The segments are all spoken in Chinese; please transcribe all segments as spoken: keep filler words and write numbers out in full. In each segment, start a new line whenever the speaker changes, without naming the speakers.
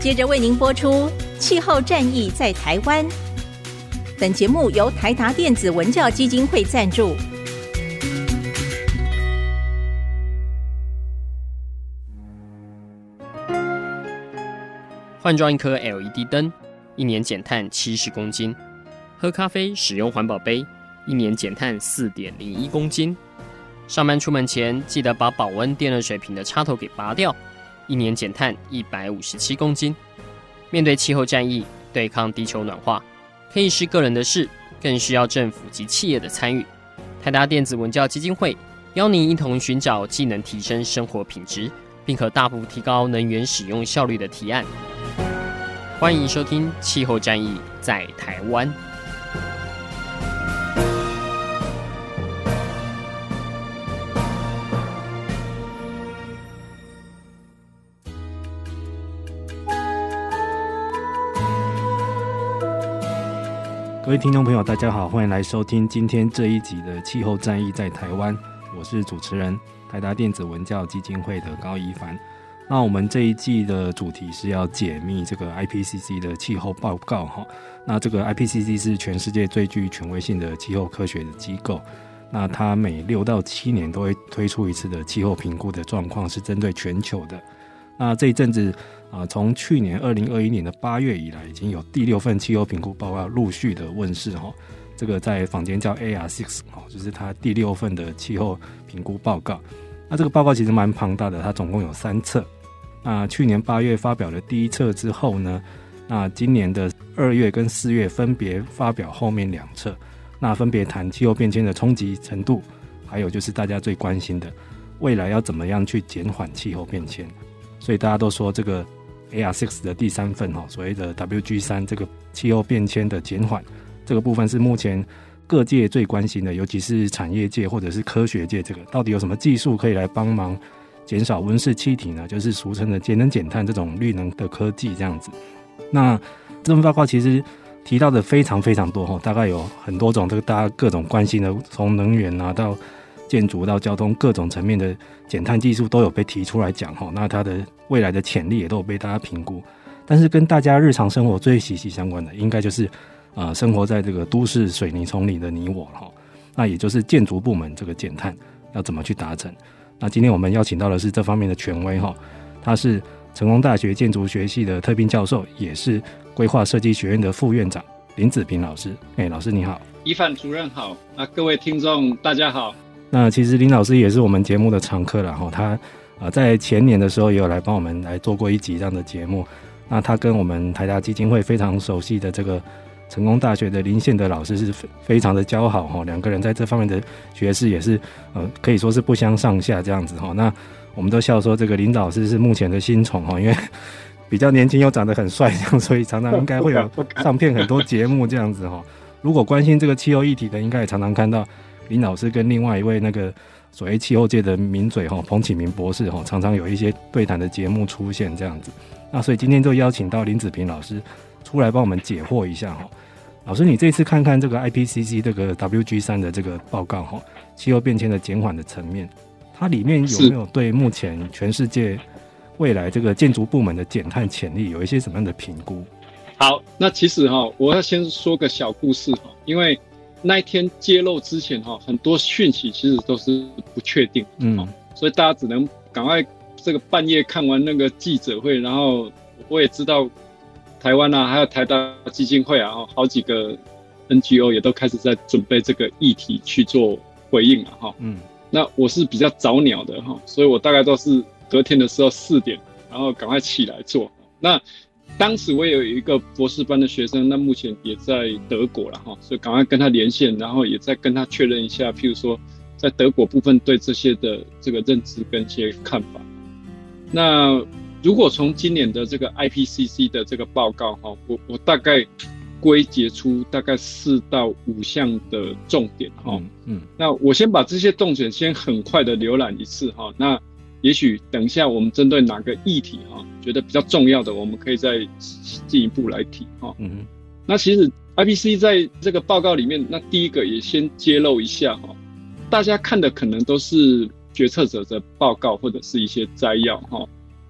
接着为您播出气候战役在台湾。本节目由台达电子文教基金会赞助。
换装一颗 L E D 灯，一年减碳七十公斤；喝咖啡使用环保杯，一年减碳 四点零一公斤；上班出门前记得把保温电热水瓶的插头给拔掉，一年减碳一百五十七公斤。面对气候战役，对抗地球暖化，可以是个人的事，更需要政府及企业的参与。台达电子文教基金会邀您一同寻找既能提升生活品质，并可大幅提高能源使用效率的提案。欢迎收听《气候战役在台湾》。
各位听众朋友大家好，欢迎来收听今天这一集的气候战役在台湾，我是主持人台达电子文教基金会的高一凡。那我们这一季的主题是要解密这个 I P C C 的气候报告。那这个 I P C C 是全世界最具权威性的气候科学的机构，那它每六到七年都会推出一次的气候评估的状况，是针对全球的。那这一阵子啊，从去年二零二一年的八月以来，已经有第六份气候评估报告陆续的问世哈。这个在坊间叫 A R 六， 就是它第六份的气候评估报告。那这个报告其实蛮庞大的，它总共有三册。那去年八月发表了第一册之后呢，那今年的二月跟四月分别发表后面两册，那分别谈气候变迁的冲击程度，还有就是大家最关心的未来要怎么样去减缓气候变迁。所以大家都说这个 A R 六 的第三份所谓的 W G 三 这个气候变迁的减缓这个部分是目前各界最关心的，尤其是产业界或者是科学界，这个到底有什么技术可以来帮忙减少温室气体呢？就是俗称的节能减碳这种绿能的科技这样子。那这份报告其实提到的非常非常多，大概有很多种这个大家各种关心的，从能源啊到建筑到交通各种层面的减碳技术都有被提出来讲，那它的未来的潜力也都有被大家评估。但是跟大家日常生活最息息相关的，应该就是呃，生活在这个都市水泥丛里的你我，那也就是建筑部门这个减碳要怎么去达成。那今天我们邀请到的是这方面的权威，他是成功大学建筑学系的特聘教授，也是规划设计学院的副院长林子平老师。哎，老师你好。
一凡主任好。那各位听众大家好。
那其实林老师也是我们节目的常客了，他呃在前年的时候也有来帮我们来做过一集这样的节目。那他跟我们台达基金会非常熟悉的这个成功大学的林宪德老师是非常的交好，两个人在这方面的学识也是呃可以说是不相上下这样子。那我们都笑说这个林老师是目前的新宠，因为比较年轻又长得很帅，所以常常应该会有上片很多节目这样子。如果关心这个气候议题的，应该也常常看到林老师跟另外一位那个所谓气候界的名嘴彭启明博士常常有一些对谈的节目出现这样子。那所以今天就邀请到林子平老师出来帮我们解惑一下。老师，你这次看看这个 I P C C 这个 W G 三 的这个报告，气候变迁的减缓的层面，它里面有没有对目前全世界未来这个建筑部门的减碳潜力有一些什么样的评估？
好，那其实我要先说个小故事，因为那一天揭露之前很多讯息其实都是不确定，嗯，所以大家只能赶快这个半夜看完那个记者会，然后我也知道台湾啊，还有台达基金会啊，好几个 N G O 也都开始在准备这个议题去做回应了哈。嗯，那我是比较早鸟的哈，所以我大概都是隔天的时候四点，然后赶快起来做。那当时我也有一个博士班的学生，那目前也在德国了哈，所以赶快跟他连线，然后也再跟他确认一下，譬如说在德国部分对这些的这个认知跟一些看法。那如果从今年的这个 I P C C 的这个报告，我我大概归结出大概四到五项的重点。嗯嗯，那我先把这些重点先很快的浏览一次。那也许等一下我们针对哪个议题觉得比较重要的，我们可以再进一步来提。嗯，那其实 I P C C 在这个报告里面，那第一个也先揭露一下，大家看的可能都是决策者的报告或者是一些摘要。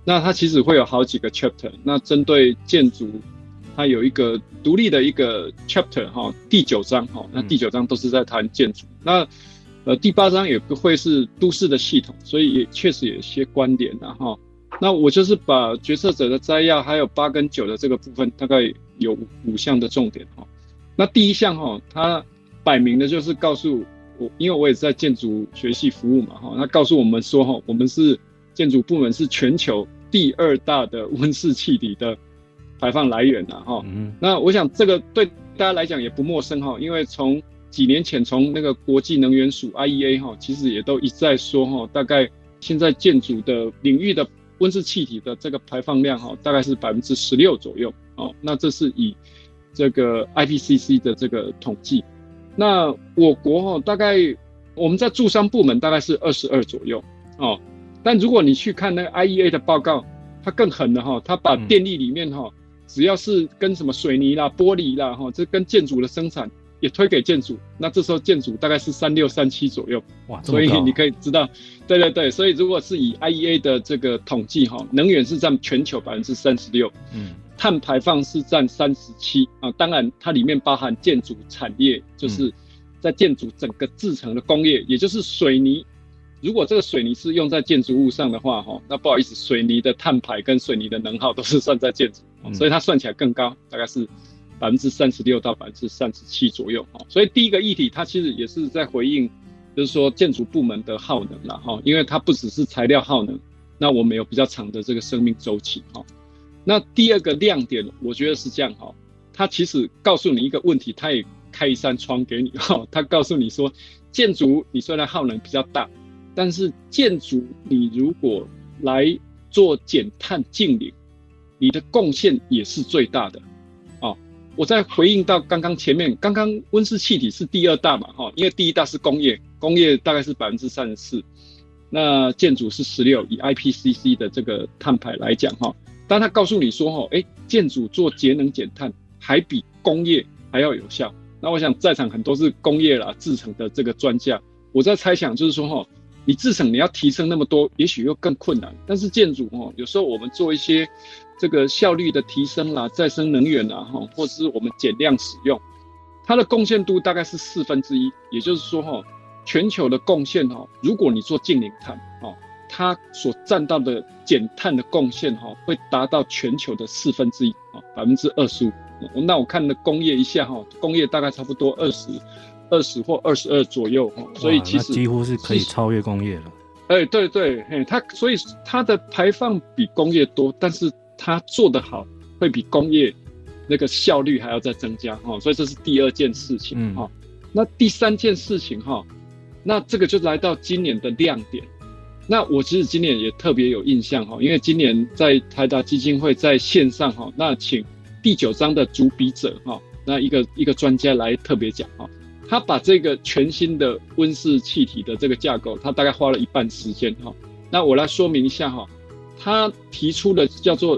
那它其实会有好几个 chapter， 那针对建筑它有一个独立的一个 chapter 哈，第九章哈，那第九章都是在谈建筑，嗯、那呃第八章也不会是都市的系统，所以也确实有一些关联的哈。那我就是把决策者的摘要还有八跟九的这个部分，大概有五项的重点哈。那第一项哈，它摆明的就是告诉我，因为我也在建筑学系服务嘛哈，那告诉我们说哈，我们是建筑部门是全球第二大的温室气体的排放来源啦哈。嗯、那我想这个对大家来讲也不陌生哈，因为从几年前从那个国际能源署 I E A 哈，其实也都一再说哈，大概现在建筑的领域的温室气体的这个排放量哈，大概是百分之十六左右哦。那这是以这个 I P C C 的这个统计。那我国哈大概我们在住商部门大概是二十二左右哦。但如果你去看那个 I E A 的报告，它更狠了哈，它把电力里面哈，只要是跟什么水泥啦、玻璃啦哈，这跟建筑的生产也推给建筑，那这时候建筑大概是三六三七左右，哇，所以你可以知道，对对对，所以如果是以 I E A 的这个统计哈，能源是占全球百分之三十六，嗯，碳排放是占三十七啊，当然它里面包含建筑产业，就是在建筑整个制成的工业，也就是水泥。如果这个水泥是用在建筑物上的话，那不好意思，水泥的碳排跟水泥的能耗都是算在建筑，嗯、所以它算起来更高，大概是百分之三十六到百分之三十七左右。所以第一个议题，它其实也是在回应，就是说建筑部门的耗能啦，因为它不只是材料耗能，那我们有比较长的这个生命周期。那第二个亮点，我觉得是这样，它其实告诉你一个问题，它也开一扇窗给你，它告诉你说，建筑你虽然耗能比较大，但是建筑你如果来做减碳净零，你的贡献也是最大的。哦，我在回应到刚刚前面，刚刚温室气体是第二大嘛，哦，因为第一大是工业，工业大概是百分之三十四，那建筑是十六，以 I P C C 的这个碳排来讲，哈，但他告诉你说，哈，哎，建筑做节能减碳还比工业还要有效。那我想在场很多是工业啦制成的这个专家，我在猜想就是说，哈。你制成你要提升那么多，也许又更困难。但是建筑哦，有时候我们做一些这个效率的提升啦、再生能源啦，哈，或是我们减量使用，它的贡献度大概是四分之一。也就是说哈，全球的贡献哈，如果你做净零碳哦，它所占到的减碳的贡献哈，会达到全球的四分之一啊，百分之二十五。那我看了工业一下哈，工业大概差不多二十。二十或二十二左右，所以其实
几乎是可以超越工业了。
哎、欸，对对，它所以它的排放比工业多，但是它做得好，会比工业那个效率还要再增加哈。所以这是第二件事情哈、嗯。那第三件事情哈，那这个就来到今年的亮点。那我其实今年也特别有印象哈，因为今年在台达基金会在线上哈，那请第九章的主笔者哈，那一个一个专家来特别讲哈。他把这个全新的温室气体的这个架构，他大概花了一半时间哈。那我来说明一下哈，他提出的叫做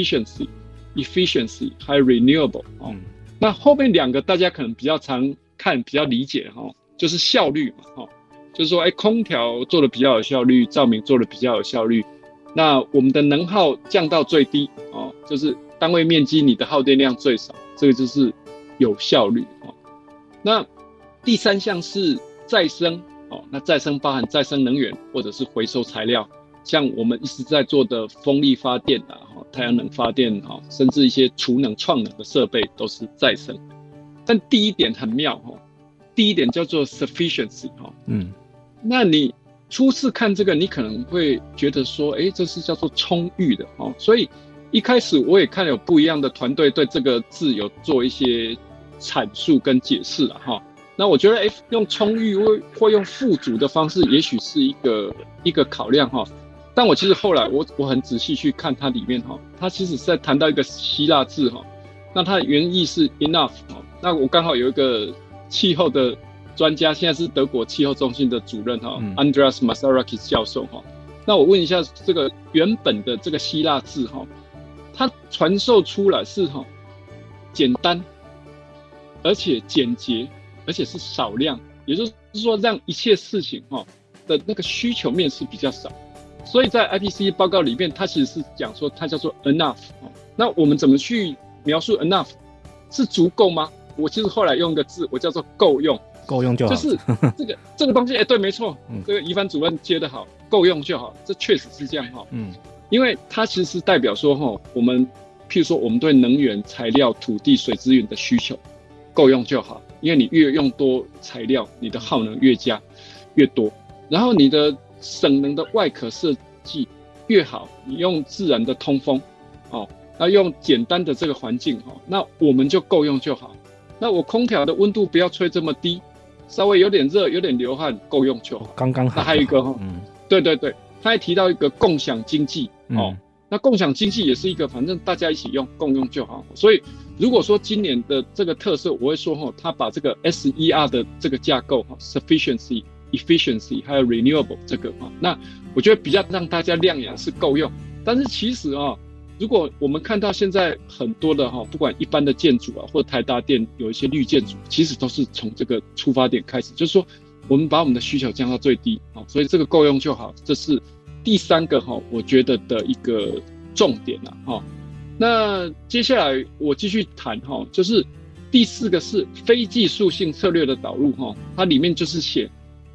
sufficiency、efficiency 还有 renewable 哦。那后面两个大家可能比较常看、比较理解哈，就是效率嘛哈，就是说哎，空调做的比较有效率，照明做的比较有效率，那我们的能耗降到最低哦，就是单位面积你的耗电量最少，这个就是有效率哦。那第三项是再生，哦，那再生包含再生能源或者是回收材料，像我们一直在做的风力发电啊，太阳能发电啊，甚至一些储能创能的设备都是再生。但第一点很妙，第一点叫做 sufficiency， 嗯，那你初次看这个，你可能会觉得说，哎，这是叫做充裕的，所以一开始我也看有不一样的团队对这个字有做一些阐述跟解释了哈。那我觉得，哎，用充裕或或用富足的方式，也许是一个一个考量哈。但我其实后来我我很仔细去看它里面哈，它其实是在谈到一个希腊字哈，那它的原意是 enough 哈。那我刚好有一个气候的专家，现在是德国气候中心的主任哈、嗯、Andreas Masarakis 教授哈。那我问一下，这个原本的这个希腊字哈，它传授出来是哈简单，而且简洁。而且是少量，也就是说让一切事情哈的那个需求面是比较少， 所以在 I P C C 报告里面，它其实是讲说它叫做 enough。那我们怎么去描述 enough？ 是足够吗？我其实后来用一个字，我叫做够用。
够用就好。
就是这个这个东西，哎、欸，对，没错，嗯、这个宜帆主任接得好，够用就好，这确实是这样哈。嗯，因为它其实是代表说哈，我们譬如说我们对能源、材料、土地、水资源的需求够用就好，因为你越用多材料，你的耗能越加越多，然后你的省能的外壳设计越好，你用自然的通风，哦，那用简单的这个环境哈，那我们就够用就好。那我空调的温度不要吹这么低，稍微有点热，有点流汗，够用就好，
刚刚好。
那还有一个哈，嗯，对对对，他还提到一个共享经济、嗯、哦，那共享经济也是一个，反正大家一起用，共用就好。所以如果说今年的这个特色，我会说哈，他把这个 S E R 的这个架构哈 ，sufficiency、efficiency 还有 renewable 这个哈，那我觉得比较让大家亮眼是够用，但是其实啊。如果我们看到现在很多的哈，不管一般的建筑啊，或台达电有一些绿建筑，其实都是从这个出发点开始，就是说我们把我们的需求降到最低，所以这个够用就好，这是第三个哈，我觉得的一个重点啦哈。那接下来我继续谈哈，就是第四个是非技术性策略的导入哈，它里面就是写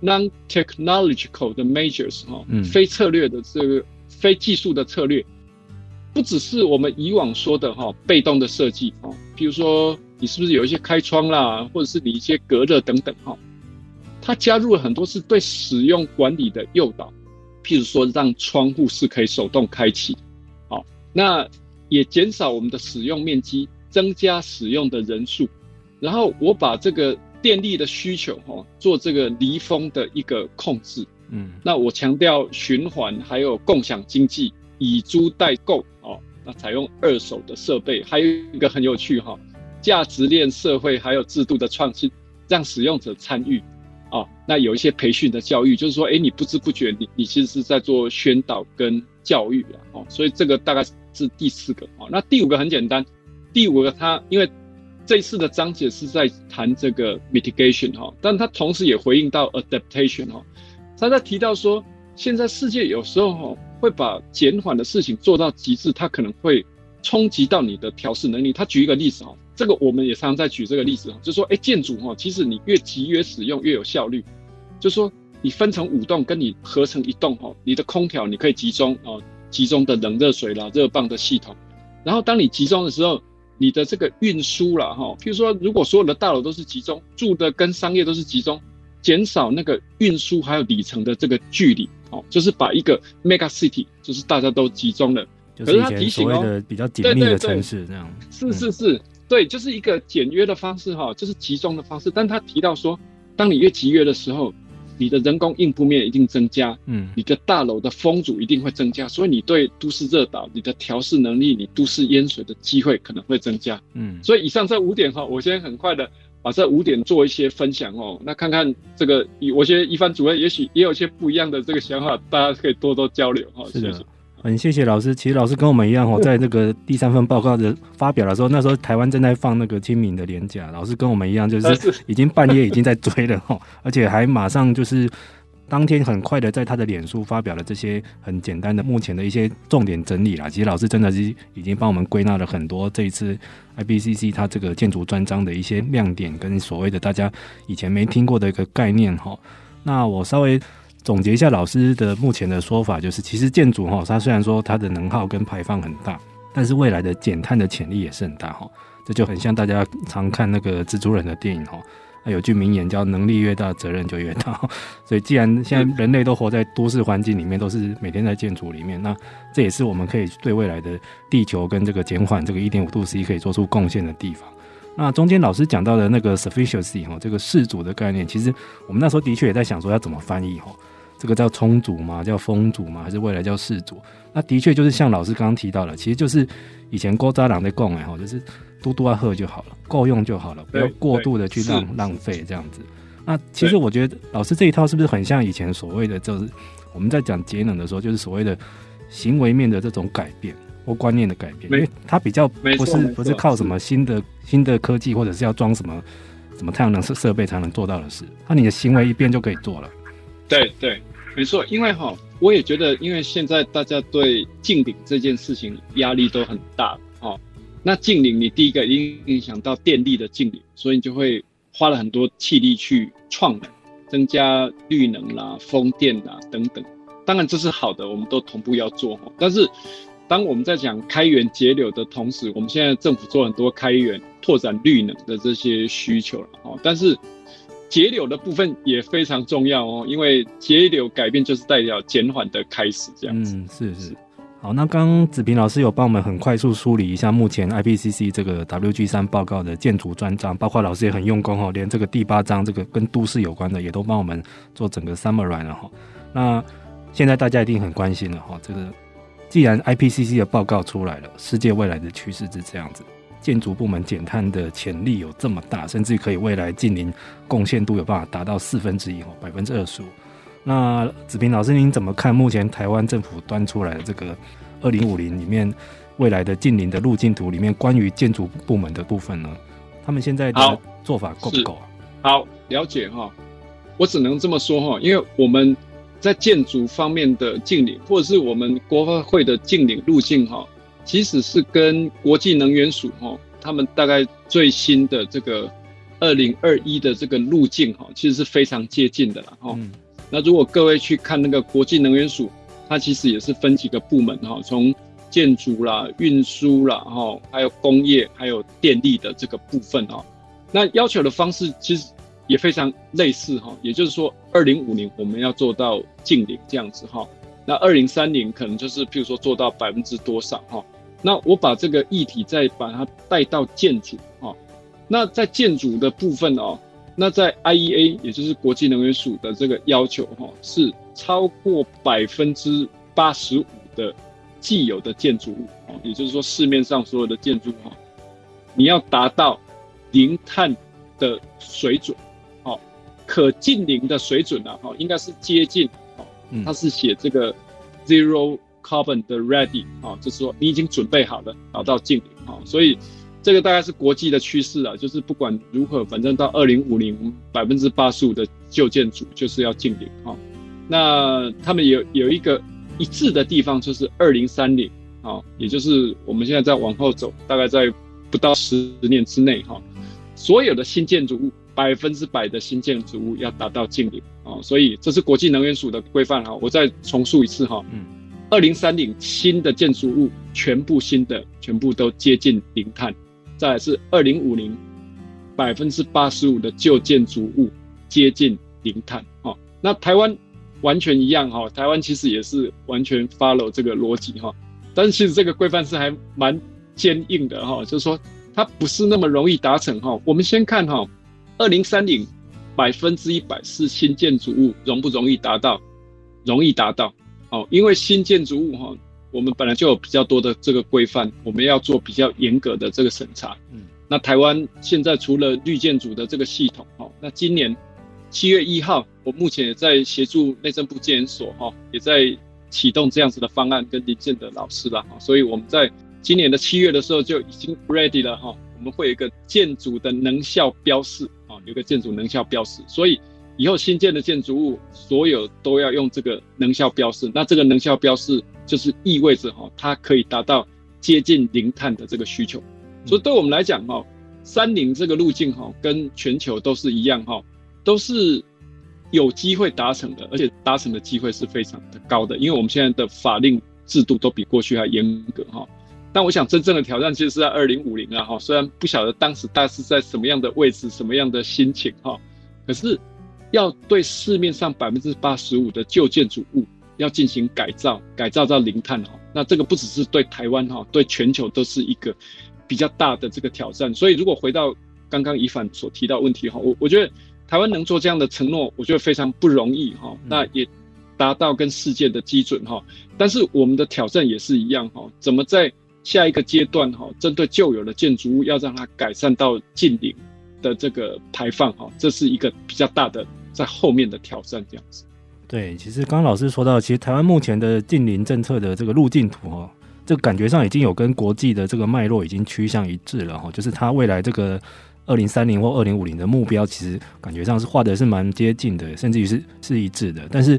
non-technological 的 measures 哈，嗯，非策略的这个非技术的策略。不只是我们以往说的哈被动的设计哈，譬如说你是不是有一些开窗啦，或者是你一些隔热等等哈，它加入了很多是对使用管理的诱导，譬如说让窗户是可以手动开启，好，那也减少我们的使用面积，增加使用的人数，然后我把这个电力的需求哈做这个离峰的一个控制，嗯，那我强调循环还有共享经济。以租代购哦，那采用二手的设备，还有一个很有趣哈，价值链社会还有制度的创新，让使用者参与哦。那有一些培训的教育，就是说，哎，你不知不觉你你其实是在做宣导跟教育啦哦。所以这个大概是第四个哦。那第五个很简单，第五个它因为这一次的章节是在谈这个 mitigation 哈，但它同时也回应到 adaptation 哈。他在提到说，现在世界有时候哈。会把减缓的事情做到极致，它可能会冲击到你的调试能力。他举一个例子哈，这个我们也常常在举这个例子哈，就是说，哎，建筑哈，其实你越集约使用越有效率。就是说，你分成五栋，跟你合成一栋哈，你的空调你可以集中哦，集中的冷热水啦、热泵的系统。然后当你集中的时候，你的这个运输啦哈，譬如说，如果所有的大楼都是集中，住的跟商业都是集中，减少那个运输还有里程的这个距离。哦，就是把一个 mega city， 就是大家都集中了。
就是以前所谓的比较紧密的城市这样。
是是是，对，就是一个简约的方式哈，就是集中的方式。但他提到说，当你越集约的时候，你的人工应付面一定增加，嗯，你的大楼的风阻一定会增加，所以你对都市热岛、你的调试能力、你都市淹水的机会可能会增加。嗯，所以以上这五点哈，我先很快的。把这五点做一些分享哦，那看看这个，我觉得宜帆主任也许也有一些不一样的这个想法，大家可以多多交流哈。
是的，谢谢，很谢谢老师。其实老师跟我们一样哦，在这个第三份报告的发表的时候，那时候台湾正在放那个清明的连假，老师跟我们一样，就是已经半夜已经在追了哈，而且还马上就是。当天很快的在他的脸书发表了这些很简单的目前的一些重点整理啦。其实老师真的是已经帮我们归纳了很多这一次 I P C C 它这个建筑专章的一些亮点跟所谓的大家以前没听过的一个概念齁。那我稍微总结一下老师的目前的说法，就是其实建筑齁它虽然说它的能耗跟排放很大，但是未来的减碳的潜力也是很大齁。这就很像大家常看那个蜘蛛人的电影齁。有句名言叫能力越大责任就越大，所以既然现在人类都活在都市环境里面，都是每天在建筑里面，那这也是我们可以对未来的地球跟这个减缓这个 一点五度 C 可以做出贡献的地方。那中间老师讲到的那个 sufficiency 这个适足的概念，其实我们那时候的确也在想说要怎么翻译，这个叫充足吗？叫丰足吗？还是未来叫适足？那的确就是像老师刚刚提到的，其实就是以前古早人在讲的，就是嘟嘟啊喝就好了，够用就好了，不要过度的去浪浪费这样子。那其实我觉得老师这一套是不是很像以前所谓的，就是我们在讲节能的时候，就是所谓的行为面的这种改变或观念的改变，因为它比较不是不是靠什么新的新的科技，或者是要装什么什么太阳能设备才能做到的事，那你的行为一变就可以做了。
对对，没错，因为哈， 我也觉得，因为现在大家对净零这件事情压力都很大哦。那净零，你第一个一定影响到电力的净零，所以你就会花了很多气力去创能，增加绿能啦、风电啦等等。当然这是好的，我们都同步要做。但是当我们在讲开源节流的同时，我们现在政府做很多开源、拓展绿能的这些需求了哦。但是节流的部分也非常重要哦，因为节流改变就是代表减缓的开始，这样子。
嗯，是是。好，那刚刚子平老师有帮我们很快速梳理一下目前 I P C C 这个 W G 三 报告的建筑专章，包括老师也很用功哦，连这个第八章这个跟都市有关的也都帮我们做整个 summary 了哈。那现在大家一定很关心了哈，这个既然 I P C C 的报告出来了，世界未来的趋势是这样子，建筑部门减碳的潜力有这么大，甚至可以未来近邻贡献度有办法达到四分之一，百分之二十五。那子平老师，您怎么看目前台湾政府端出来的这个二零五零里面未来的近邻的路径图里面关于建筑部门的部分呢？他们现在的做法够不够啊？
好，了解哈。我只能这么说哈，因为我们在建筑方面的净零，或者是我们国发会的净零路径哈，其实是跟国际能源署哈，他们大概最新的这个二零二一的这个路径哈，其实是非常接近的啦哈。嗯，那如果各位去看那个国际能源署，它其实也是分几个部门哈，从建筑啦、运输啦，哈，还有工业，还有电力的这个部分哈。那要求的方式其实也非常类似哈，也就是说，二零五零我们要做到净零这样子哈。那二零三零可能就是譬如说做到百分之多少哈。那我把这个议题再把它带到建筑哈。那在建筑的部分哦。那在 I E A 也就是国际能源署的这个要求哈，是超过百分之八十五的既有的建筑物哦，也就是说市面上所有的建筑哈，你要达到零碳的水准哦，可净零的水准啊哈，应该是接近哦，它是写这个 zero carbon 的 ready 啊，就是说你已经准备好了达到净零啊，所以。这个大概是国际的趋势啊，就是不管如何，反正到二零五零，百分之八十五的旧建筑就是要净零哈。那他们有有一个一致的地方，就是二零三零啊，也就是我们现在在往后走，大概在不到十年之内哈，所有的新建筑物百分之百的新建筑物要达到净零啊。所以这是国际能源署的规范哈。我再重述一次哈，嗯，二零三零新的建筑物全部新的全部都接近零碳。再来是二零五零，百分之八十五的旧建筑物接近零碳哈。那台湾完全一样哈，台湾其实也是完全 follow 这个逻辑哈。但是其实这个规范是还蛮坚硬的哈，就是说它不是那么容易达成哈。我们先看哈，二零三零百分之一百是新建筑物容不容易达到？容易达到哦，因为新建筑物哈。我们本来就有比较多的这个规范，我们要做比较严格的这个审查。嗯，那台湾现在除了绿建筑的这个系统，哈，那今年七月一号，我目前也在协助内政部建研所，哈，也在启动这样子的方案，跟林建的老师啦，哈，所以我们在今年的七月的时候就已经 ready 了，哈，我们会有一个建筑的能效标示，啊，有一个建筑能效标示，所以以后新建的建筑物，所有都要用这个能效标示，那这个能效标示。就是意味着哈，它可以达到接近零碳的这个需求，所以对我们来讲哈，三零这个路径哈，跟全球都是一样哈，都是有机会达成的，而且达成的机会是非常的高的，因为我们现在的法令制度都比过去还严格哈。但我想真正的挑战其实是在二零五零啊哈，虽然不晓得当时大概是在什么样的位置、什么样的心情哈，可是要对市面上百分之八十五的旧建筑物。要进行改造，改造到零碳哈，那这个不只是对台湾哈，对全球都是一个比较大的这个挑战。所以如果回到刚刚宜凡所提到的问题哈，我我觉得台湾能做这样的承诺，我觉得非常不容易哈，那也达到跟世界的基准哈。但是我们的挑战也是一样哈，怎么在下一个阶段哈，针对旧有的建筑物要让它改善到净零的这个排放哈，这是一个比较大的在后面的挑战这样子。
对，其实刚刚老师说到，其实台湾目前的净零政策的这个路径图哈，这个感觉上已经有跟国际的这个脉络已经趋向一致了哈，就是它未来这个二零三零或二零五零的目标，其实感觉上是画的是蛮接近的，甚至于是是一致的。但是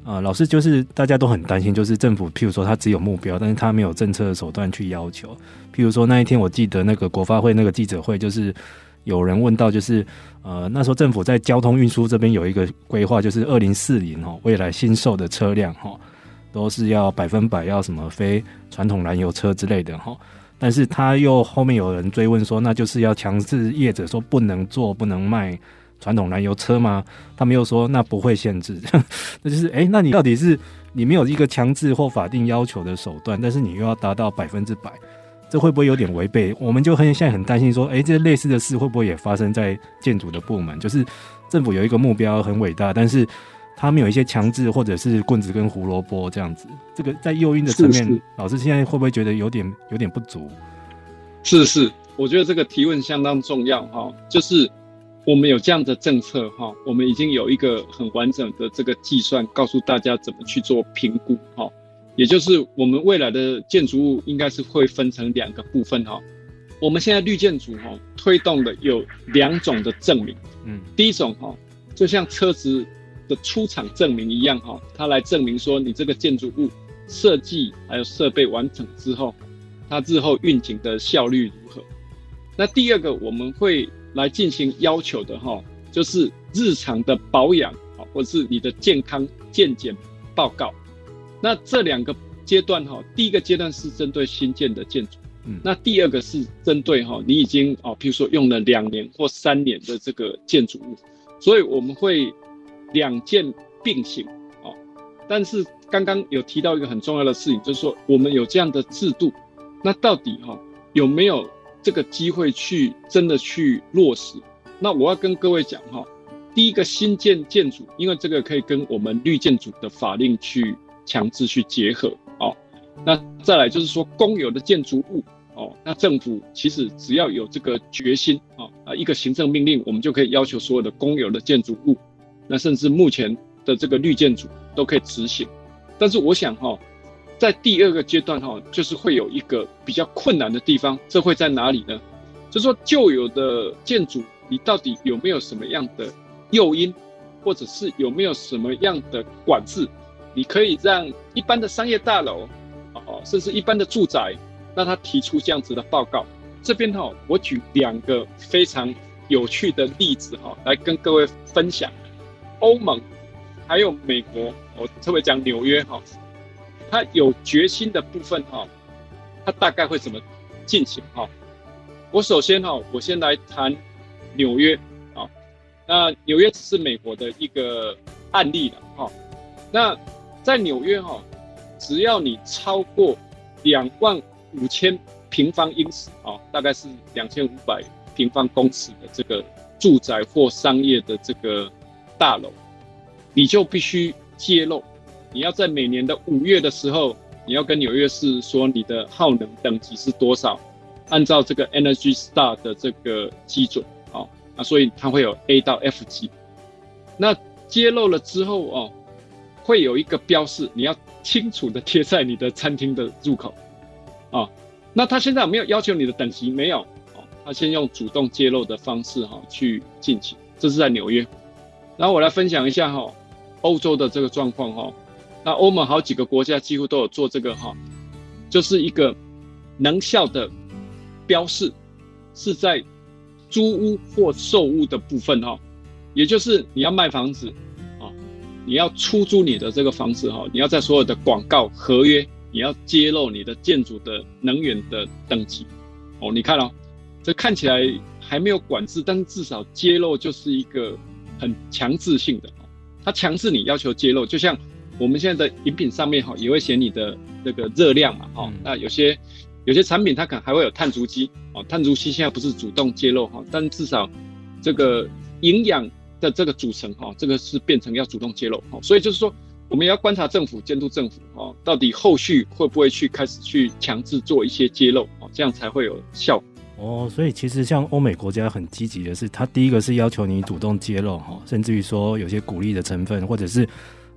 呃，老师就是大家都很担心，就是政府譬如说他只有目标，但是他没有政策的手段去要求。譬如说那一天我记得那个国发会那个记者会，就是有人问到，就是呃那时候政府在交通运输这边有一个规划，就是二零四零哦，未来新售的车辆哈、哦、都是要百分百要什么非传统燃油车之类的哈、哦。但是他又后面有人追问说，那就是要强制业者说不能做不能卖传统燃油车吗？他们又说那不会限制，那就是哎、欸，那你到底是你没有一个强制或法定要求的手段，但是你又要达到百分之百，这会不会有点违背？我们就很现在很担心说，哎、欸，这类似的事会不会也发生在建筑的部门？就是政府有一个目标很伟大，但是他们有一些强制或者是棍子跟胡萝卜这样子，这个在诱因的层面，老师现在会不会觉得有点有点不足？
是是，我觉得这个提问相当重要哈，就是我们有这样的政策哈，我们已经有一个很完整的这个计算，告诉大家怎么去做评估哈。也就是我们未来的建筑物应该是会分成两个部分哈。我们现在绿建筑哈推动的有两种的证明，嗯，第一种哈就像车子的出厂证明一样哈，它来证明说你这个建筑物设计还有设备完成之后，它日后运行的效率如何。那第二个我们会来进行要求的哈，就是日常的保养啊，或是你的健康健检报告。那这两个阶段哈，第一个阶段是针对新建的建筑，嗯，那第二个是针对哈你已经哦，譬如说用了两年或三年的这个建筑物，所以我们会两件并行哦。但是刚刚有提到一个很重要的事情，就是说我们有这样的制度，那到底哈有没有这个机会去真的去落实？那我要跟各位讲哈，第一个新建建筑，因为这个可以跟我们绿建筑的法令去强制去结合哦。那再来就是说公有的建筑物哦，那政府其实只要有这个决心哦，啊一个行政命令，我们就可以要求所有的公有的建筑物，那甚至目前的这个绿建筑都可以执行。但是我想哈，在第二个阶段哈，就是会有一个比较困难的地方，这会在哪里呢？就是说旧有的建筑，你到底有没有什么样的诱因，或者是有没有什么样的管制，你可以让一般的商业大楼，哦，甚至一般的住宅，让他提出这样子的报告。这边哈，我举两个非常有趣的例子哈，来跟各位分享。欧盟还有美国，我特别讲纽约哈，它有决心的部分哈，它大概会怎么进行哈？我首先哈，我先来谈纽约啊。那纽约只是美国的一个案例了哈。那在纽约哈，只要你超过两万五千平方英尺啊，大概是两千五百平方公尺的这个住宅或商业的这个大楼，你就必须揭露。你要在每年的五月的时候，你要跟纽约市说你的耗能等级是多少，按照这个 Energy Star 的这个基准啊，那所以它会有 A 到 F 级。那揭露了之后哦，会有一个标示，你要清楚的贴在你的餐厅的入口啊。那他现在有没有要求你的等级？没有哦，他先用主动揭露的方式哈去进行，这是在纽约。然后我来分享一下哈欧洲的这个状况哈。那欧盟好几个国家几乎都有做这个哈，就是一个能效的标示是在租屋或售屋的部分哈，也就是你要卖房子啊，你要出租你的这个房子哈，你要在所有的广告合约，你要揭露你的建筑的能源的等级哦。你看哦，这看起来还没有管制，但是至少揭露就是一个很强制性的，它强制你要求揭露，就像我们现在的饮品上面哈也会写你的那个热量嘛哈，那有些有些产品它可能还会有碳足迹哦，碳足迹现在不是主动揭露哈，但至少这个营养的这个组成哈，这个是变成要主动揭露哈，所以就是说我们也要观察政府、监督政府哦，到底后续会不会去开始去强制做一些揭露哦，这样才会有效果。
哦，所以其实像欧美国家很积极的是，它第一个是要求你主动揭露哈，甚至于说有些鼓励的成分，或者是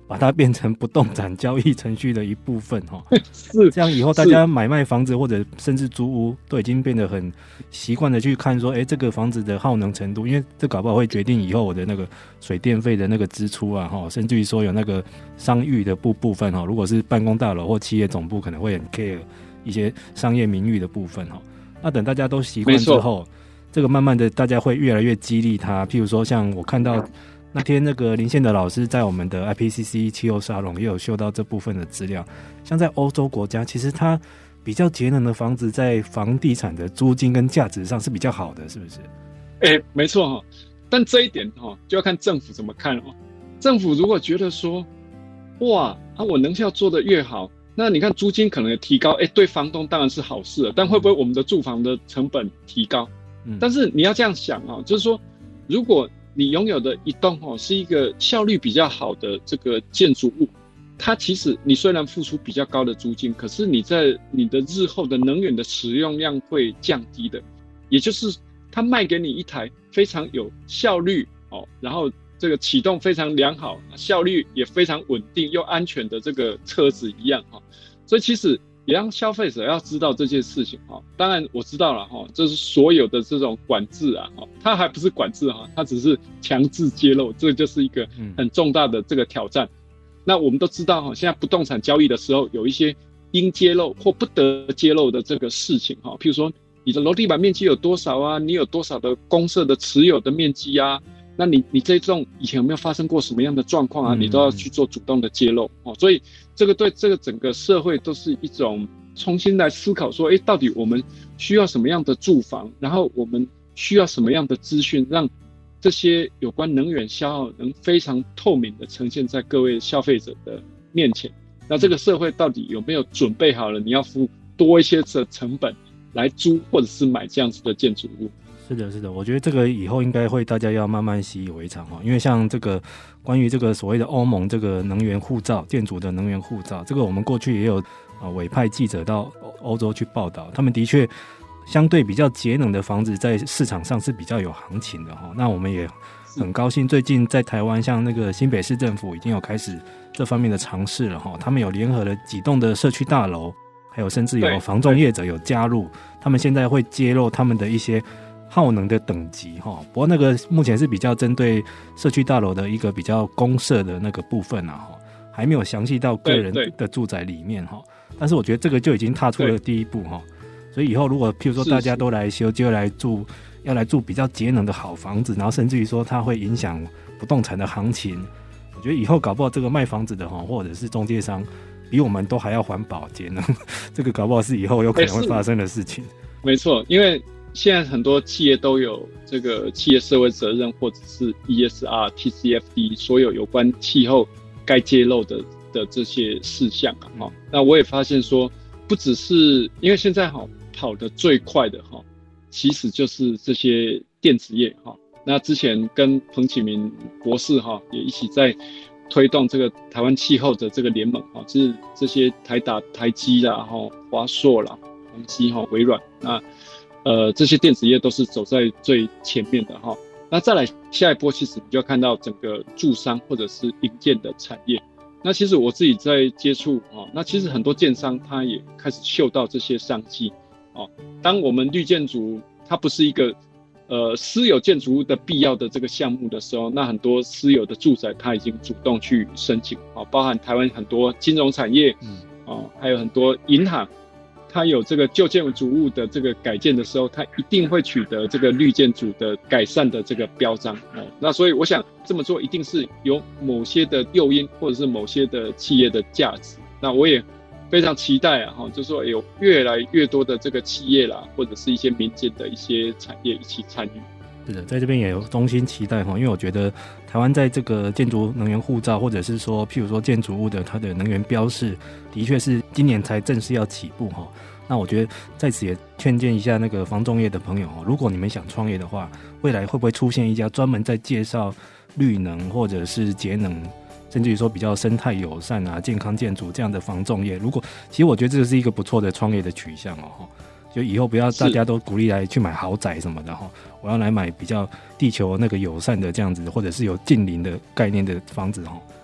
把它变成不动产交易程序的一部分哈。
是，
这样以后大家买卖房子或者甚至租屋都已经变得很习惯的去看说，哎，这个房子的耗能程度，因为这搞不好会决定以后我的那个水电费的那个支出啊哈，甚至于说有那个商誉的部部分哈，如果是办公大楼或企业总部可能会很 care 一些商业名誉的部分哈。那等大家都习惯之后，这个慢慢的大家会越来越激励它。譬如说像我看到那天那个林宪德老师在我们的 I P C C 气候沙龙也有秀到这部分的资料，像在欧洲国家其实它比较节能的房子在房地产的租金跟价值上是比较好的，是不是？
哎，没错哈，但这一点哈就要看政府怎么看哦。政府如果觉得说哇啊我能效做得越好，那你看租金可能也提高，哎，对房东当然是好事了，但会不会我们的住房的成本提高？嗯，但是你要这样想啊，就是说如果你拥有的一栋哦是一个效率比较好的这个建筑物，它其实你虽然付出比较高的租金，可是你在你的日后的能源的使用量会降低的，也就是它卖给你一台非常有效率哦，然后这个启动非常良好，效率也非常稳定又安全的这个车子一样哈。所以其实也让消费者要知道这件事情哈。当然我知道了哈，这是所有的这种管制啊，它还不是管制哈，它只是强制揭露，这就是一个很重大的这个挑战。那我们都知道哈，现在不动产交易的时候有一些应揭露或不得揭露的这个事情哈，譬如说你的楼地板面积有多少啊，你有多少的公设的持有的面积啊，那你你这栋以前有没有发生过什么样的状况啊，你都要去做主动的揭露哦。所以这个对这个整个社会都是一种重新来思考说，哎，到底我们需要什么样的住房，然后我们需要什么样的资讯，让这些有关能源消耗能非常透明的呈现在各位消费者的面前。那这个社会到底有没有准备好了你要付多一些的成本来租或者是买这样子的建筑物？
是的，是的，我觉得这个以后应该会大家要慢慢习以为常哈，因为像这个关于这个所谓的欧盟这个能源护照，建筑的能源护照，这个我们过去也有啊委派记者到欧洲去报道，他们的确相对比较节能的房子在市场上是比较有行情的哈。那我们也很高兴，最近在台湾像那个新北市政府已经有开始这方面的尝试了哈，他们有联合了几栋的社区大楼，还有甚至有房仲业者有加入，他们现在会揭露他们的一些耗能的等级哈，不过那个目前是比较针对社区大楼的一个比较公设的那个部分啊，还没有详细到个人的住宅里面哈。但是我觉得这个就已经踏出了第一步哈。所以以后如果譬如说大家都来修，就来住，要来住比较节能的好房子，然后甚至于说它会影响不动产的行情，我觉得以后搞不好这个卖房子的哈，或者是中介商比我们都还要环保节能，这个搞不好是以后有可能会发生的事情。
没错，因为现在很多企业都有这个企业社会责任或者是 E S R、T C F D 所有有关气候该揭露的的这些事项啊。嗯、那我也发现说，不只是因为现在哈跑得最快的哈，其实就是这些电子业哈。那之前跟彭启明博士哈也一起在推动这个台湾气候的这个联盟哈，就是这些台达、台积啦、哈华硕啦、宏基哈、微软那。呃，这些电子业都是走在最前面的哈。那再来下一波，其实你就要看到整个住商或者是营建的产业。那其实我自己在接触啊，那其实很多建商他也开始嗅到这些商机哦。当我们绿建筑它不是一个呃私有建筑物的必要的这个项目的时候，那很多私有的住宅它已经主动去申请啊，包含台湾很多金融产业，嗯，哦，还有很多银行。它有这个旧建筑物的这个改建的时候，它一定会取得这个绿建筑的改善的这个标章哦。那所以我想这么做一定是有某些的诱因，或者是某些的企业的价值。那我也非常期待啊，哈，就是说有越来越多的这个企业啦，或者是一些民间的一些产业一起参与。
是的，在这边也有衷心期待哈，因为我觉得台湾在这个建筑能源护照，或者是说譬如说建筑物的它的能源标示，的确是今年才正式要起步哈。那我觉得在此也劝谏一下那个房仲业的朋友哈，如果你们想创业的话，未来会不会出现一家专门在介绍绿能或者是节能，甚至于说比较生态友善啊、健康建筑这样的房仲业？如果其实我觉得这是一个不错的创业的取向哦。就以后不要大家都鼓励来去买豪宅什么的哈，我要来买比较地球那个友善的这样子，或者是有近邻的概念的房子哈。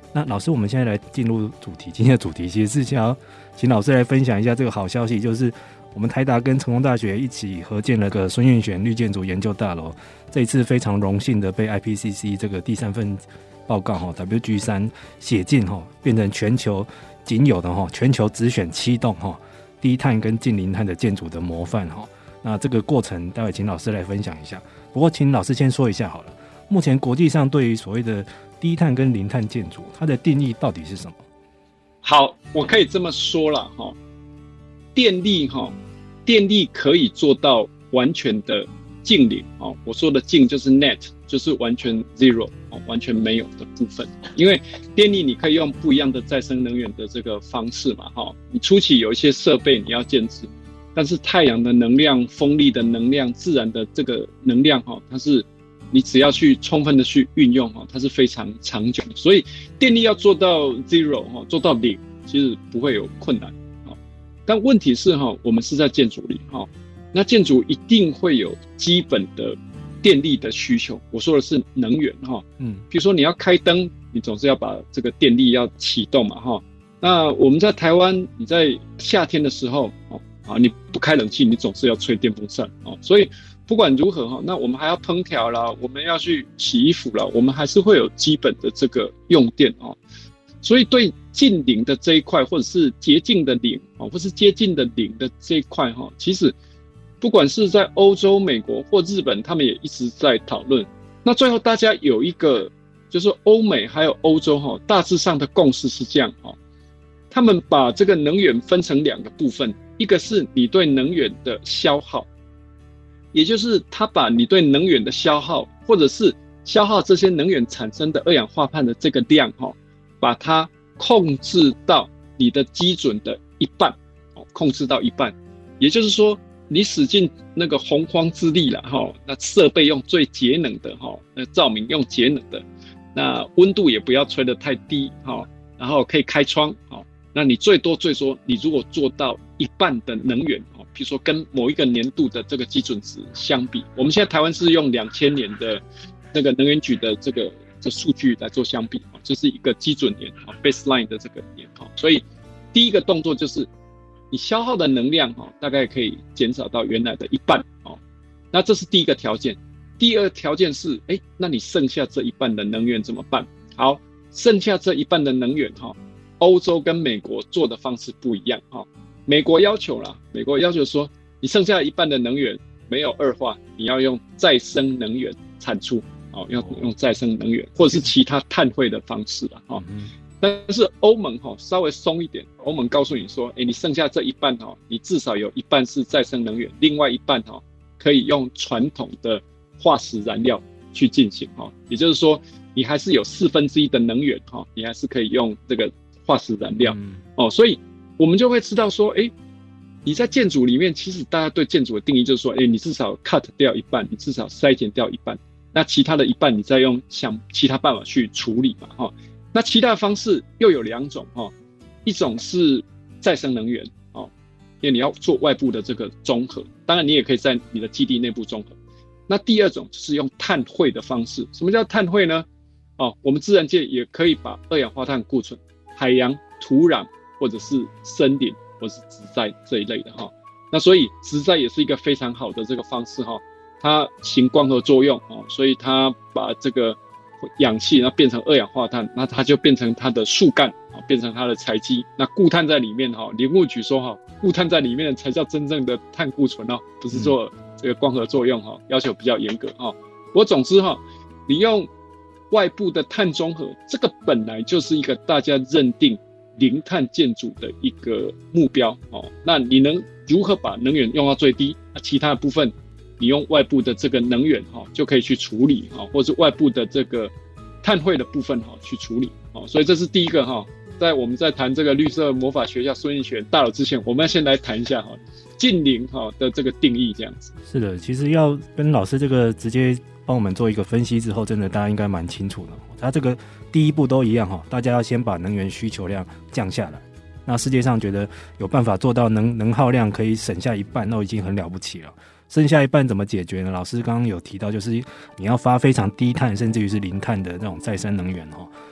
那老师，我们现在来进入主题，今天的主题其实是想要请老师来分享一下这个好消息，就是我们台达跟成功大学一起合建了个孙运璇绿建筑研究大楼，这一次非常荣幸的被 I P C C 这个第三份报告 W G 三 写进，变成全球仅有的全球只选七栋低碳跟近零碳的建筑的模范。那这个过程待会请老师来分享一下，不过请老师先说一下好了，目前国际上对于所谓的低碳跟零碳建筑，它的定义到底是什么？
好，我可以这么说啦，电力电力可以做到完全的净零，我说的净就是 net， 就是完全 zero， 完全没有的部分。因为电力你可以用不一样的再生能源的这个方式嘛，你初期有一些设备你要建置，但是太阳的能量、风力的能量、自然的这个能量，它是你只要去充分的去运用，它是非常长久的。所以电力要做到 zero， 做到零，其实不会有困难。但问题是我们是在建筑里，那建筑一定会有基本的电力的需求。我说的是能源，嗯，比如说你要开灯，你总是要把这个电力要启动嘛，那我们在台湾，你在夏天的时候，啊，你不开冷气，你总是要吹电风扇，所以不管如何，那我们还要烹调啦，我们要去洗衣服啦，我们还是会有基本的这个用电。所以对近零的这一块，或者是接近的零，或是接近的零的这一块，其实不管是在欧洲、美国或日本，他们也一直在讨论。那最后大家有一个，就是欧美还有欧洲大致上的共识是这样，他们把这个能源分成两个部分，一个是你对能源的消耗，也就是他把你对能源的消耗，或者是消耗这些能源产生的二氧化碳的这个量，把它控制到你的基准的一半，控制到一半，也就是说你使尽那个洪荒之力了，那设备用最节能的，那照明用节能的，那温度也不要吹得太低，然后可以开窗，那你最多最多你如果做到一半的能源，比如说跟某一个年度的这个基准值相比，我们现在台湾是用两千年的那个能源局的这个这数据来做相比，就是一个基准年 baseline 的这个年，所以第一个动作就是你消耗的能量大概可以减少到原来的一半，那这是第一个条件。第二条件是，哎，那你剩下这一半的能源怎么办？好，剩下这一半的能源，欧洲跟美国做的方式不一样。美国要求啦，美国要求说，你剩下一半的能源没有二化，你要用再生能源产出。哦，要用再生能源或者是其他碳汇的方式啦，哦，但是欧盟哈稍微松一点，欧盟告诉你说，哎，你剩下这一半哈，你至少有一半是再生能源，另外一半哈可以用传统的化石燃料去进行哈，也就是说，你还是有四分之一的能源哈，你还是可以用这个化石燃料，嗯，哦，所以我们就会知道说，哎，你在建筑里面，其实大家对建筑的定义就是说，哎，你至少 cut 掉一半，你至少筛减掉一半。那其他的一半你再用想其他办法去处理嘛，齁，那其他的方式又有两种，齁，一种是再生能源，齁，因为你要做外部的这个综合，当然你也可以在你的基地内部综合。那第二种就是用碳汇的方式。什么叫碳汇呢？哦，我们自然界也可以把二氧化碳固存，海洋、土壤或者是森林或者是植栽这一类的，齁，那所以植栽也是一个非常好的这个方式，齁，它行光合作用，所以它把这个氧气然后变成二氧化碳，那它就变成它的树干，变成它的材基。那固碳在里面，林务局说固碳在里面才叫真正的碳固醇，不是做这个光合作用，要求比较严格。不过总之你用外部的碳中和，这个本来就是一个大家认定零碳建筑的一个目标。那你能如何把能源用到最低，那其他的部分你用外部的这个能源就可以去处理，或者是外部的这个碳汇的部分去处理。所以这是第一个，在我们在谈这个绿色魔法学校孙运璇大楼之前，我们要先来谈一下近零的这个定义，这样子。
是的，其实要跟老师这个直接帮我们做一个分析之后，真的大家应该蛮清楚的。他这个第一步都一样，大家要先把能源需求量降下来。那世界上觉得有办法做到能能耗量可以省下一半，那已经很了不起了。剩下一半怎么解决呢？老师刚刚有提到，就是你要发非常低碳甚至于是零碳的那种再生能源，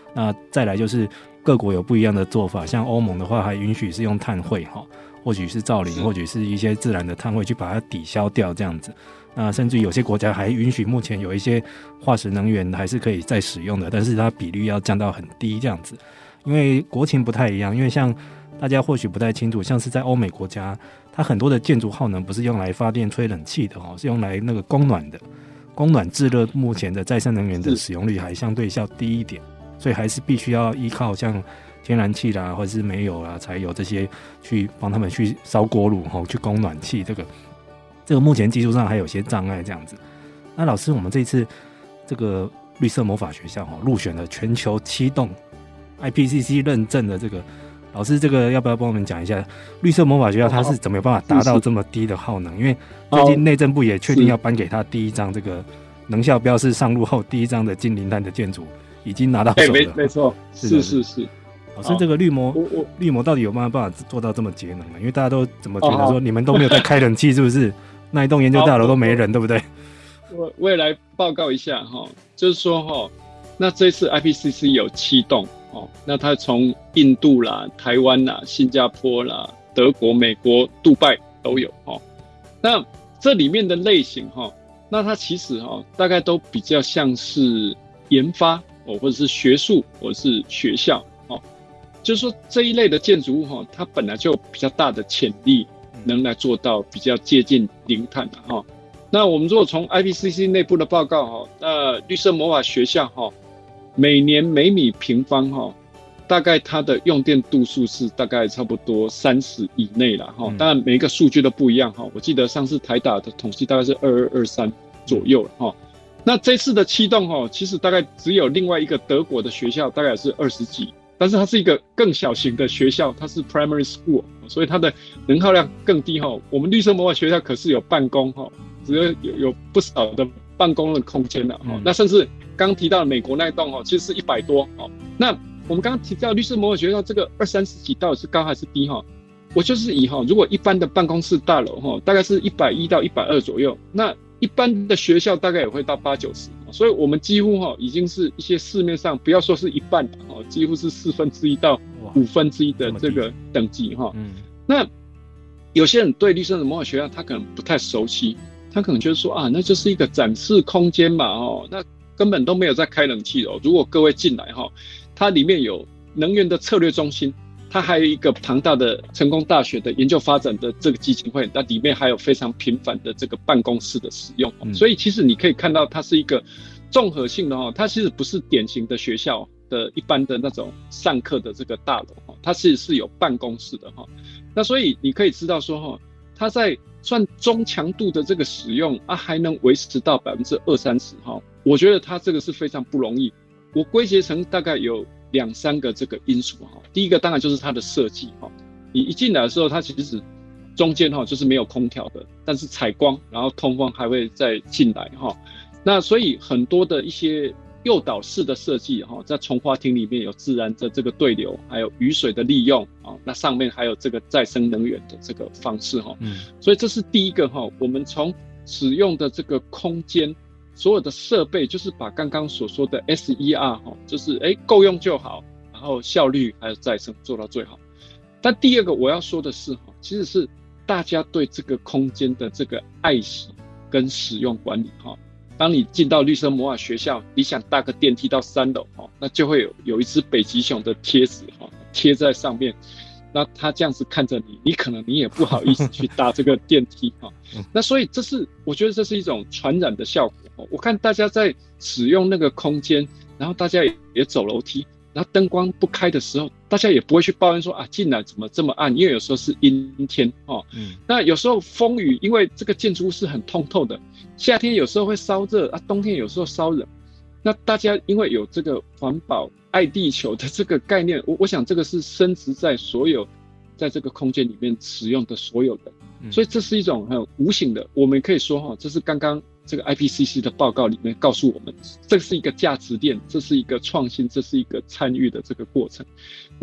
那再来就是各国有不一样的做法，像欧盟的话还允许是用碳汇，或许是造林，或许是一些自然的碳汇去把它抵消掉这样子。那甚至有些国家还允许目前有一些化石能源还是可以再使用的，但是它比率要降到很低这样子。因为国情不太一样，因为像大家或许不太清楚，像是在欧美国家，它很多的建筑耗能不是用来发电吹冷气的，是用来那个供暖的。供暖制热目前的再生能源的使用率还相对较低一点，所以还是必须要依靠像天然气啦，或者是煤油啦、柴油这些去帮他们去烧锅炉去供暖气。这个这个目前技术上还有些障碍这样子。那老师，我们这次这个绿色魔法学校入选了全球七栋 I P C C 认证的这个，老师这个要不要帮我们讲一下绿色魔法学校它是怎么有办法达到这么低的耗能？因为最近内政部也确定要颁给他第一张这个能效标示上路后第一张的近零碳的建筑已经拿到手了。
没没错，是是是。
老师，这个绿魔绿魔到底有没有办法做到这么节能呢？因为大家都怎么觉得说你们都没有在开冷气，是不是？那一栋研究大楼都没人，对不对？
我我也来报告一下哈，就是说哈，那这次 I P C C 有七栋哦，那它从印度啦、台湾啦、新加坡啦、德国、美国、杜拜都有哦。那这里面的类型哈，那它其实哈大概都比较像是研发哦，或者是学术，或者是学校哦。就是说这一类的建筑物哈，它本来就有比较大的潜力，能来做到比较接近零碳的哈。那我们如果从 I P C C 内部的报告哈，那绿色魔法学校哈，每年每米平方哈，大概它的用电度数是大概差不多三十以内啦哈。当然每一个数据都不一样哈。我记得上次台大的统计大概是二二二三左右了哈。那这次的七栋哈，其实大概只有另外一个德国的学校大概是二十几，但是它是一个更小型的学校，它是 primary school， 所以它的能耗量更低哈。我们绿色魔法学校可是有办公哈。只有有有不少的办公的空间了哈、嗯，那甚至刚提到美国那一栋哈，其实是一百多哦。那我们刚刚提到绿色魔法学校这个二三十几到底是高还是低哈？我就是以哈，如果一般的办公室大楼哈，大概是一百一到一百二左右，那一般的学校大概也会到八九十，所以我们几乎哈已经是一些市面上不要说是一半哦，几乎是四分之一到五分之一的这个等级哈。嗯，那有些人对绿色魔法学校他可能不太熟悉。他可能觉得说啊，那就是一个展示空间嘛，哦，那根本都没有在开冷气哦。如果各位进来哈，它里面有能源的策略中心，它还有一个庞大的成功大学的研究发展的这个基金会，那里面还有非常频繁的这个办公室的使用，嗯、所以其实你可以看到它是一个综合性的哈，它其实不是典型的学校的一般的那种上课的这个大楼哈，它其实是有办公室的哈。那所以你可以知道说哈，它在算中强度的这个使用啊，还能维持到百分之二三十哈，我觉得它这个是非常不容易。我归结成大概有两三个这个因素哈。第一个当然就是它的设计哈，你一进来的时候，它其实中间哈就是没有空调的，但是采光，然后通风还会再进来哈。那所以很多的一些诱导式的设计哈，在从化厅里面有自然的这个对流，还有雨水的利用啊，那上面还有这个再生能源的这个方式哈，嗯，所以这是第一个哈，我们从使用的这个空间，所有的设备，就是把刚刚所说的 S E R 哈，就是哎够用就好，然后效率还有再生做到最好。但第二个我要说的是哈，其实是大家对这个空间的这个爱惜跟使用管理哈。当你进到绿色魔法学校，你想搭个电梯到三楼哈，那就会有有一只北极熊的贴纸哈贴在上面，那他这样子看着你，你可能你也不好意思去搭这个电梯哈。那所以这是我觉得这是一种传染的效果。我看大家在使用那个空间，然后大家也也走楼梯，然后灯光不开的时候，大家也不会去抱怨说啊进来怎么这么暗，因为有时候是阴天哦。嗯，那有时候风雨，因为这个建筑物是很通透的。夏天有时候会烧热啊，冬天有时候烧冷。那大家因为有这个环保、爱地球的这个概念，我我想这个是深植在所有在这个空间里面使用的所有人，嗯、所以这是一种很无形的。我们可以说哈，这是刚刚这个 I P C C 的报告里面告诉我们，这是一个价值链，这是一个创新，这是一个参与的这个过程。那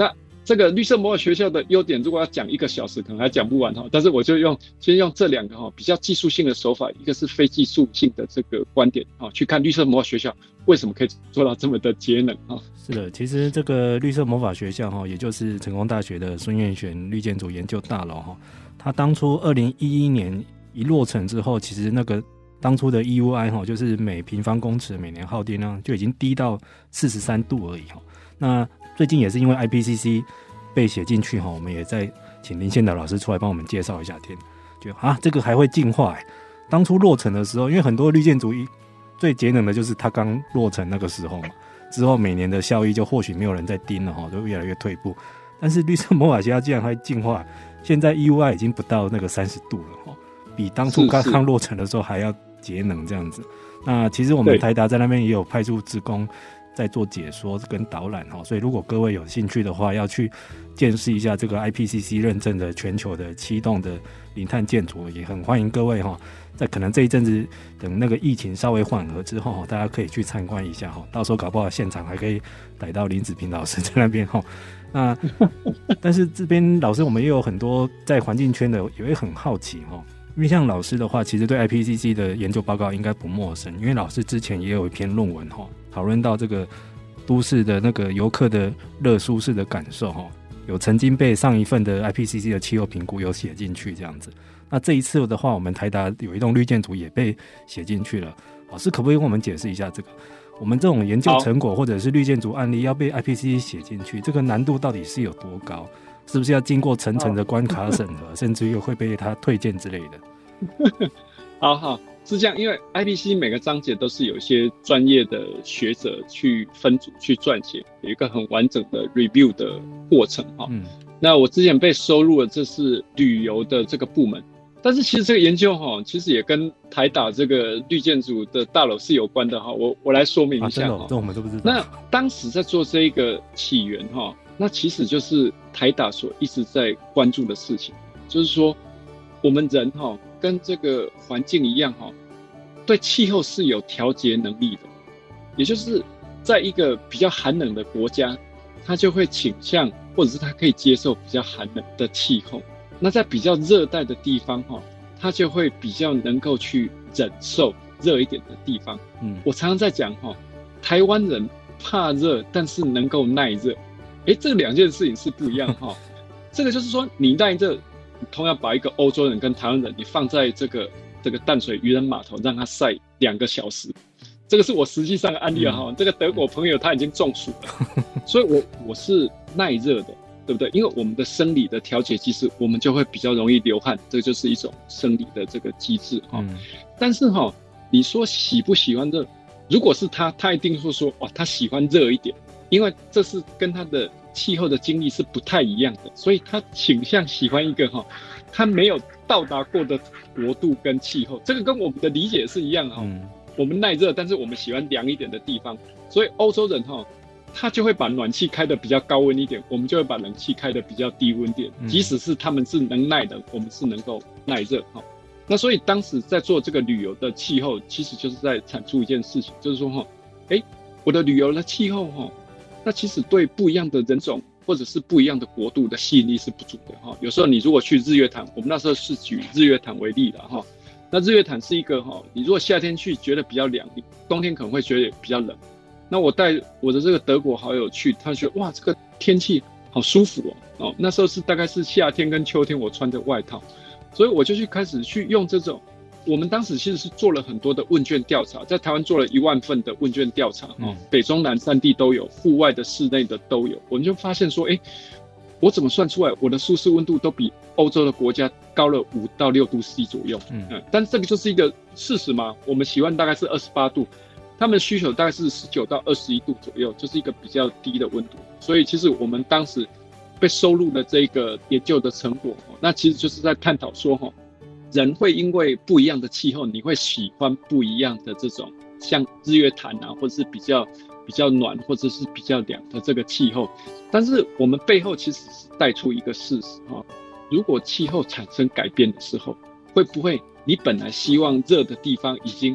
这个绿色魔法学校的优点，如果要讲一个小时，可能还讲不完哈。但是我就用先用这两个哈比较技术性的手法，一个是非技术性的这个观点哈，去看绿色魔法学校为什么可以做到这么的节能哈。
是的，其实这个绿色魔法学校哈，也就是成功大学的孙彦璇绿建筑研究大楼哈，它当初二零一一年一落成之后，其实那个当初的 E U I 哈，就是每平方公尺每年耗电量就已经低到四十三度而已哈。那最近也是因为 I P C C 被写进去，我们也在请林宪导老师出来帮我们介绍一下天，觉得啊这个还会进化欸。当初落成的时候，因为很多绿建筑最节能的就是它刚落成那个时候嘛，之后每年的效益就或许没有人在盯了，就越来越退步。但是绿色魔法学校竟然会进化，现在 E U I 已经不到那个三十度了，比当初刚刚落成的时候还要节能这样子。那其实我们台达在那边也有派驻志工在做解说跟导览，所以如果各位有兴趣的话，要去见识一下这个 I P C C 认证的全球的七栋的零碳建筑，也很欢迎各位在可能这一阵子等那个疫情稍微缓和之后，大家可以去参观一下，到时候搞不好现场还可以逮到林子平老师在那边。那但是这边老师我们也有很多在环境圈的也会很好奇，因为像老师的话其实对 I P C C 的研究报告应该不陌生，因为老师之前也有一篇论文讨论到这个都市的那个游客的热舒适的感受，有曾经被上一份的 I P C C 的气候评估有写进去这样子。那这一次的话，我们台达有一栋绿建筑也被写进去了，老师可不可以跟我们解释一下这个我们这种研究成果或者是绿建筑案例要被 I P C C 写进去，这个难度到底是有多高？是不是要经过层层的关卡审核，甚至于会被他推荐之类的？
好好，是这样，因为 I P C C 每个章节都是有一些专业的学者去分组去撰写，有一个很完整的 review 的过程哈。嗯，那我之前被收入了，这是旅游的这个部门，但是其实这个研究哈，其实也跟台达这个绿建筑的大楼是有关的哈。我我来说明一下哈、
啊，这我们都不知道。
那当时在做这个起源哈，那其实就是台达所一直在关注的事情，就是说我们人哈跟这个环境一样哈，对气候是有调节能力的，也就是在一个比较寒冷的国家，它就会倾向或者是它可以接受比较寒冷的气候。那在比较热带的地方哈，它就会比较能够去忍受热一点的地方。嗯，我常常在讲哈，台湾人怕热，但是能够耐热。哎，这两件事情是不一样哈。这个就是说，你耐热，你同样把一个欧洲人跟台湾人，你放在这个这个淡水渔人码头，让他晒两个小时，这个是我实际上的案例了哈。嗯、这个德国朋友他已经中暑了，所以我我是耐热的，对不对？因为我们的生理的调节机制，我们就会比较容易流汗，这就是一种生理的这个机制哈。嗯、但是哈，你说喜不喜欢热？如果是他，他一定会说哇，他喜欢热一点。因为这是跟他的气候的经历是不太一样的，所以他倾向喜欢一个哈，他没有到达过的国度跟气候。这个跟我们的理解是一样哈。嗯、我们耐热，但是我们喜欢凉一点的地方，所以欧洲人哈，他就会把暖气开得比较高温一点，我们就会把冷气开得比较低温点。嗯、即使是他们是能耐的，我们是能够耐热哈。那所以当时在做这个旅游的气候，其实就是在阐述一件事情，就是说哈，哎，我的旅游的气候哈。那其实对不一样的人种或者是不一样的国度的吸引力是不足的哈。有时候你如果去日月潭，我们那时候是举日月潭为例的哈。那日月潭是一个哈，你如果夏天去觉得比较凉，你冬天可能会觉得比较冷。那我带我的这个德国好友去，他觉得哇，这个天气好舒服哦。哦，那时候是大概是夏天跟秋天，我穿着外套，所以我就去开始去用这种。我们当时其实是做了很多的问卷调查，在台湾做了一万份的问卷调查，嗯、北中南三地都有，户外的、室内的都有。我们就发现说，哎，我怎么算出来我的舒适温度都比欧洲的国家高了五到六度 C 左右？嗯，嗯但是这个就是一个事实嘛。我们喜欢大概是二十八度，他们需求大概是十九到二十一度左右，就是一个比较低的温度。所以其实我们当时被收录的这个研究的成果，那其实就是在探讨说，哈。人会因为不一样的气候，你会喜欢不一样的这种像日月潭啊，或者是比较比较暖或者是比较凉的这个气候。但是我们背后其实是带出一个事实哈，如果气候产生改变的时候，会不会你本来希望热的地方已经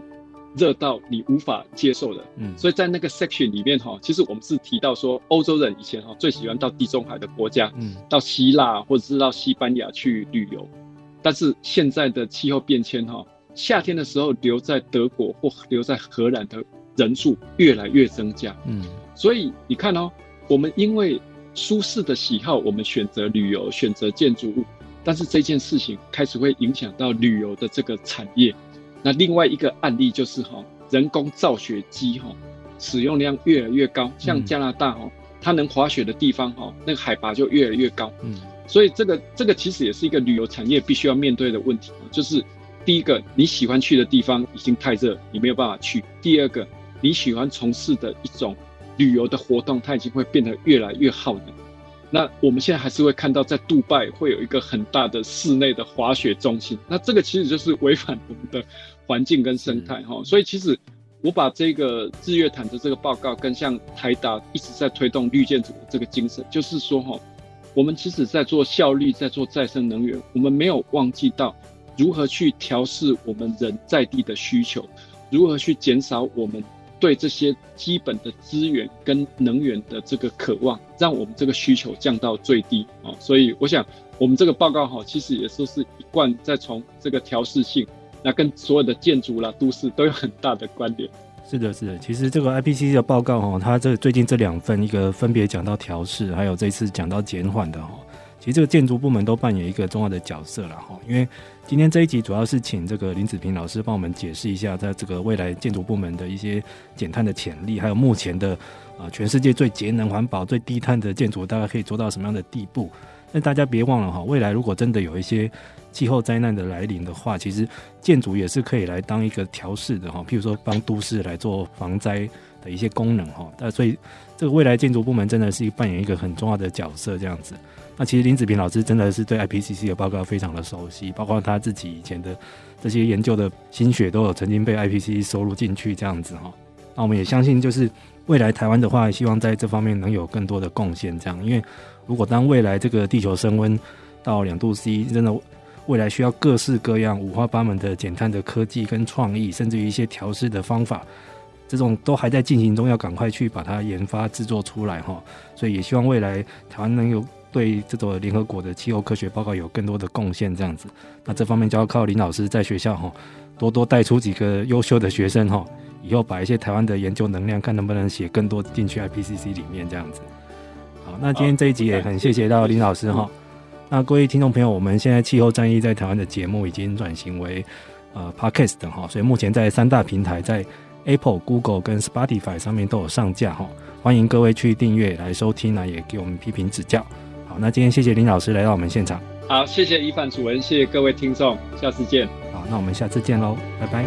热到你无法接受的。嗯，所以在那个 section 里面哈，其实我们是提到说，欧洲人以前哈最喜欢到地中海的国家，嗯，到希腊或者是到西班牙去旅游，但是现在的气候变迁哈，夏天的时候留在德国或留在荷兰的人数越来越增加。嗯，所以你看哦，我们因为舒适的喜好，我们选择旅游，选择建筑物。但是这件事情开始会影响到旅游的这个产业。那另外一个案例就是哈，人工造雪机哈使用量越来越高，像加拿大哈，它能滑雪的地方哈，那个海拔就越来越高。嗯，所以这个这个其实也是一个旅游产业必须要面对的问题，就是第一个你喜欢去的地方已经太热，你没有办法去；第二个你喜欢从事的一种旅游的活动，它已经会变得越来越耗能。那我们现在还是会看到在杜拜会有一个很大的室内的滑雪中心，那这个其实就是违反我们的环境跟生态哈。所以其实我把这个日月潭的这个报告跟像台达一直在推动绿建筑的这个精神，就是说哈，我们其实在做效率，在做再生能源，我们没有忘记到如何去调适我们人在地的需求，如何去减少我们对这些基本的资源跟能源的这个渴望，让我们这个需求降到最低。所以我想我们这个报告其实也是一贯在从这个调适性，那跟所有的建筑啦都市都有很大的关联。
是的是的，其实这个 I P C C 的报告它这最近这两份，一个分别讲到调适，还有这次讲到减缓的，其实这个建筑部门都扮演一个重要的角色啦。因为今天这一集主要是请这个林子平老师帮我们解释一下在这个未来建筑部门的一些减碳的潜力，还有目前的、呃、全世界最节能环保最低碳的建筑大概可以做到什么样的地步。但大家别忘了，未来如果真的有一些气候灾难的来临的话，其实建筑也是可以来当一个调适的，譬如说帮都市来做防灾的一些功能。所以这个未来建筑部门真的是扮演一个很重要的角色这样子。那其实林子平老师真的是对 I P C C 的报告非常的熟悉，包括他自己以前的这些研究的心血都有曾经被 I P C C 收录进去这样子。那我们也相信就是未来台湾的话，希望在这方面能有更多的贡献这样。因为如果当未来这个地球升温到两度 C， 真的未来需要各式各样五花八门的减碳的科技跟创意，甚至于一些调适的方法，这种都还在进行中，要赶快去把它研发制作出来。所以也希望未来台湾能有对这种联合国的气候科学报告有更多的贡献这样子。那这方面就要靠林老师在学校多多带出几个优秀的学生，以后把一些台湾的研究能量看能不能写更多进去 I P C C 里面这样子。好，那今天这一集也很谢谢到林老师。那各位听众朋友，我们现在气候战役在台湾的节目已经转型为呃 Podcast 的，所以目前在三大平台，在 Apple、Google 跟 Spotify 上面都有上架，欢迎各位去订阅来收听，也给我们批评指教。好，那今天谢谢林老师来到我们现场。
好，谢谢宜范主任，谢谢各位听众，下次见。
好，那我们下次见喽，拜拜。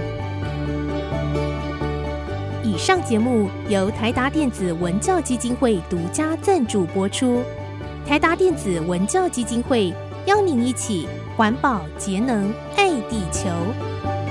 以上节目由台达电子文教基金会独家赞助播出。台达电子文教基金会邀您一起环保节能爱地球。